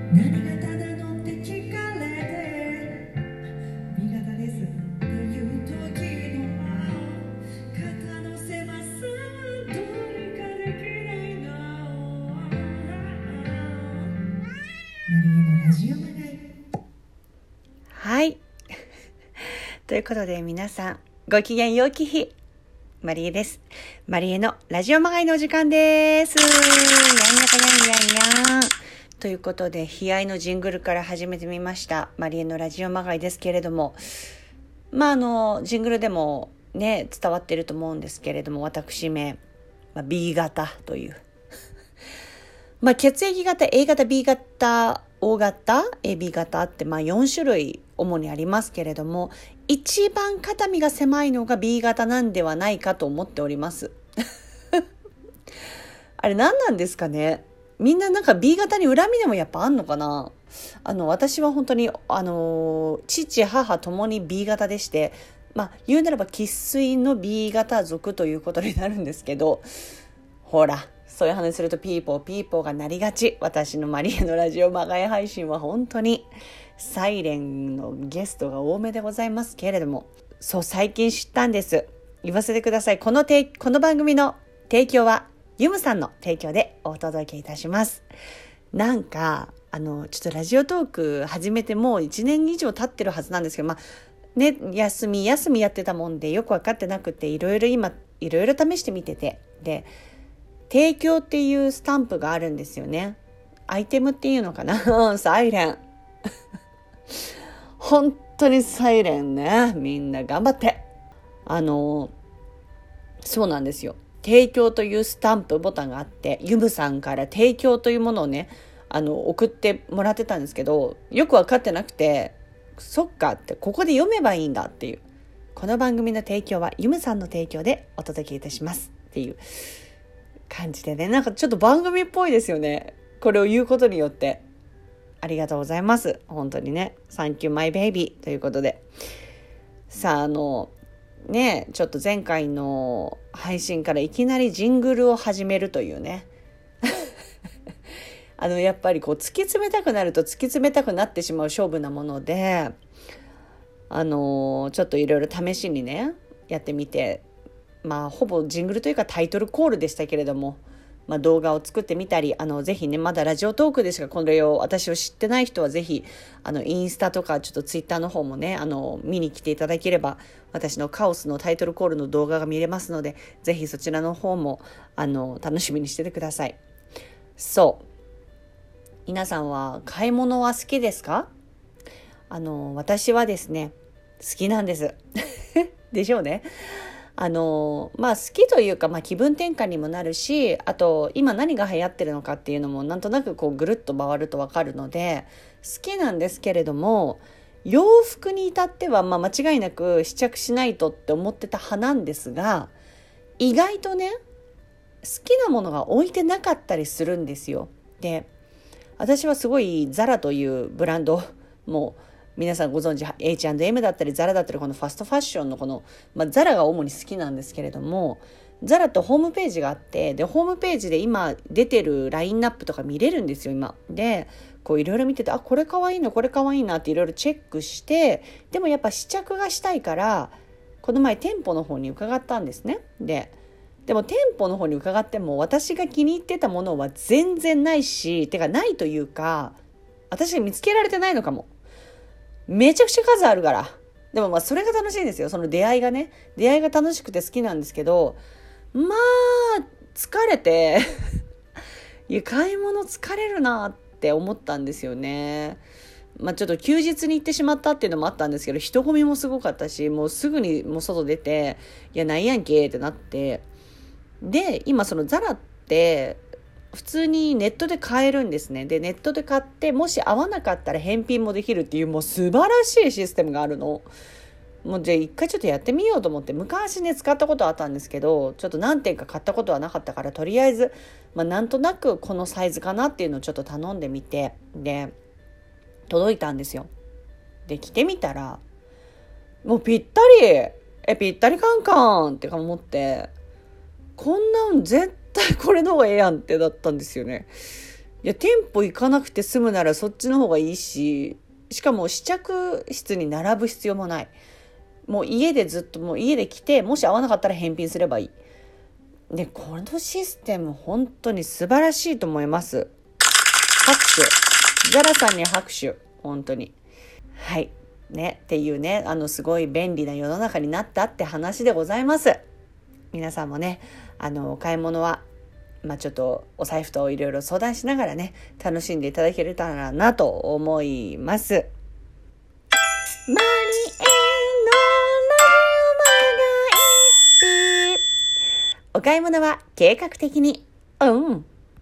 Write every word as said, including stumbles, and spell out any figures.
何がただのって聞かれて B 型ですという時の肩の狭さはどうにかできないの。マリエのラジオまがい。 はいということで皆さんご機嫌ようき日、マリエです。マリエのラジオまがいのお時間です。やんやかやんやんやんということで、悲哀のジングルから始めてみましたマリエのラジオまがいですけれども、まああのジングルでもね伝わってると思うんですけれども、私名、まあ、B 型というまあ血液型 A 型 B 型O 型 エービー 型ってまあよん種類主にありますけれども、一番肩身が狭いのが B 型なんではないかと思っておりますあれ何なんですかね。みんななんか B 型に恨みでもやっぱあんのかな。あの私は本当にあの父母ともに B 型でして、まあ言うならば生粋の B 型族ということになるんですけど、ほらそういう話するとピーポーピーポーがなりがち。私のマリエのラジオまがい配信は本当にサイレンのゲストが多めでございますけれども、そう最近知ったんです。言わせてください。このてこの番組の提供はユムさんの提供でお届けいたします。なんかあのちょっとラジオトーク始めてもういちねん以上経ってるはずなんですけど、まあね休み休みやってたもんでよく分かってなくて、いろいろ今いろいろ試してみてて、で提供っていうスタンプがあるんですよね。アイテムっていうのかなサイレン本当にサイレンね。みんな頑張って。あのそうなんですよ。提供というスタンプボタンがあって、ユムさんから提供というものをねあの送ってもらってたんですけど、よく分かってなくて、そっかってここで読めばいいんだっていう。この番組の提供はユムさんの提供でお届けいたしますっていう感じでね、なんかちょっと番組っぽいですよね。これを言うことによってありがとうございます。本当にね、サンキューマイベイビーということで、さああのねちょっと前回の配信からいきなりジングルを始めるというねあのやっぱりこう突き詰めたくなると突き詰めたくなってしまう勝負なもので、あのちょっといろいろ試しにねやってみて、まあほぼジングルというかタイトルコールでしたけれども、まあ、動画を作ってみたり、あのぜひねまだラジオトークでしかこれを私を知ってない人はぜひあのインスタとかちょっとツイッターの方もねあの見に来ていただければ、私のカオスのタイトルコールの動画が見れますので、ぜひそちらの方もあの楽しみにしててください。そう皆さんは買い物は好きですか？あの私はですね好きなんですでしょうね。あのまあ好きというか、まあ、気分転換にもなるし、あと今何が流行ってるのかっていうのもなんとなくこうぐるっと回ると分かるので好きなんですけれども、洋服に至ってはまあ間違いなく試着しないとって思ってた派なんですが、意外とね好きなものが置いてなかったりするんですよ。で私はすごいザラというブランドも皆さんご存知 エイチアンドエム だったりザラだったり、このファストファッションのこの、まあ、ザラが主に好きなんですけれども、ザラとホームページがあって、でホームページで今出てるラインナップとか見れるんですよ今で。こういろいろ見てて、あこれかわいいなこれかわいいなっていろいろチェックして、でもやっぱ試着がしたいからこの前店舗の方に伺ったんですね。ででも店舗の方に伺っても私が気に入ってたものは全然ないし、てかないというか私が見つけられてないのかも。めちゃくちゃ数あるから。でもまあそれが楽しいんですよ。その出会いがね。出会いが楽しくて好きなんですけど、まあ疲れていや買い物疲れるなって思ったんですよね。まあちょっと休日に行ってしまったっていうのもあったんですけど、人混みもすごかったし、もうすぐにもう外出て、いやないやんけってなって、で今そのザラって普通にネットで買えるんですね。でネットで買ってもし合わなかったら返品もできるっていう、もう素晴らしいシステムがあるの。もうじゃあ一回ちょっとやってみようと思って、昔ね使ったことあったんですけど、ちょっと何点か買ったことはなかったから、とりあえず、まあ、なんとなくこのサイズかなっていうのをちょっと頼んでみて、で届いたんですよ。で着てみたらもうぴったりえぴったりカンカンって思って、こんなん絶対これの方がええやんってだったんですよね。 いや、店舗行かなくて済むならそっちの方がいいし、しかも試着室に並ぶ必要もない。もう家でずっともう家で来て、もし合わなかったら返品すればいい。で、このシステム本当に素晴らしいと思います。拍手。ザラさんに拍手。本当に。はい。ね。っていうね、あのすごい便利な世の中になったって話でございます。皆さんもね、あの、お買い物は、まあちょっとお財布といろいろ相談しながらね、楽しんでいただけれたらなと思います。マリエのラジオマガイピ。お買い物は計画的に。うん。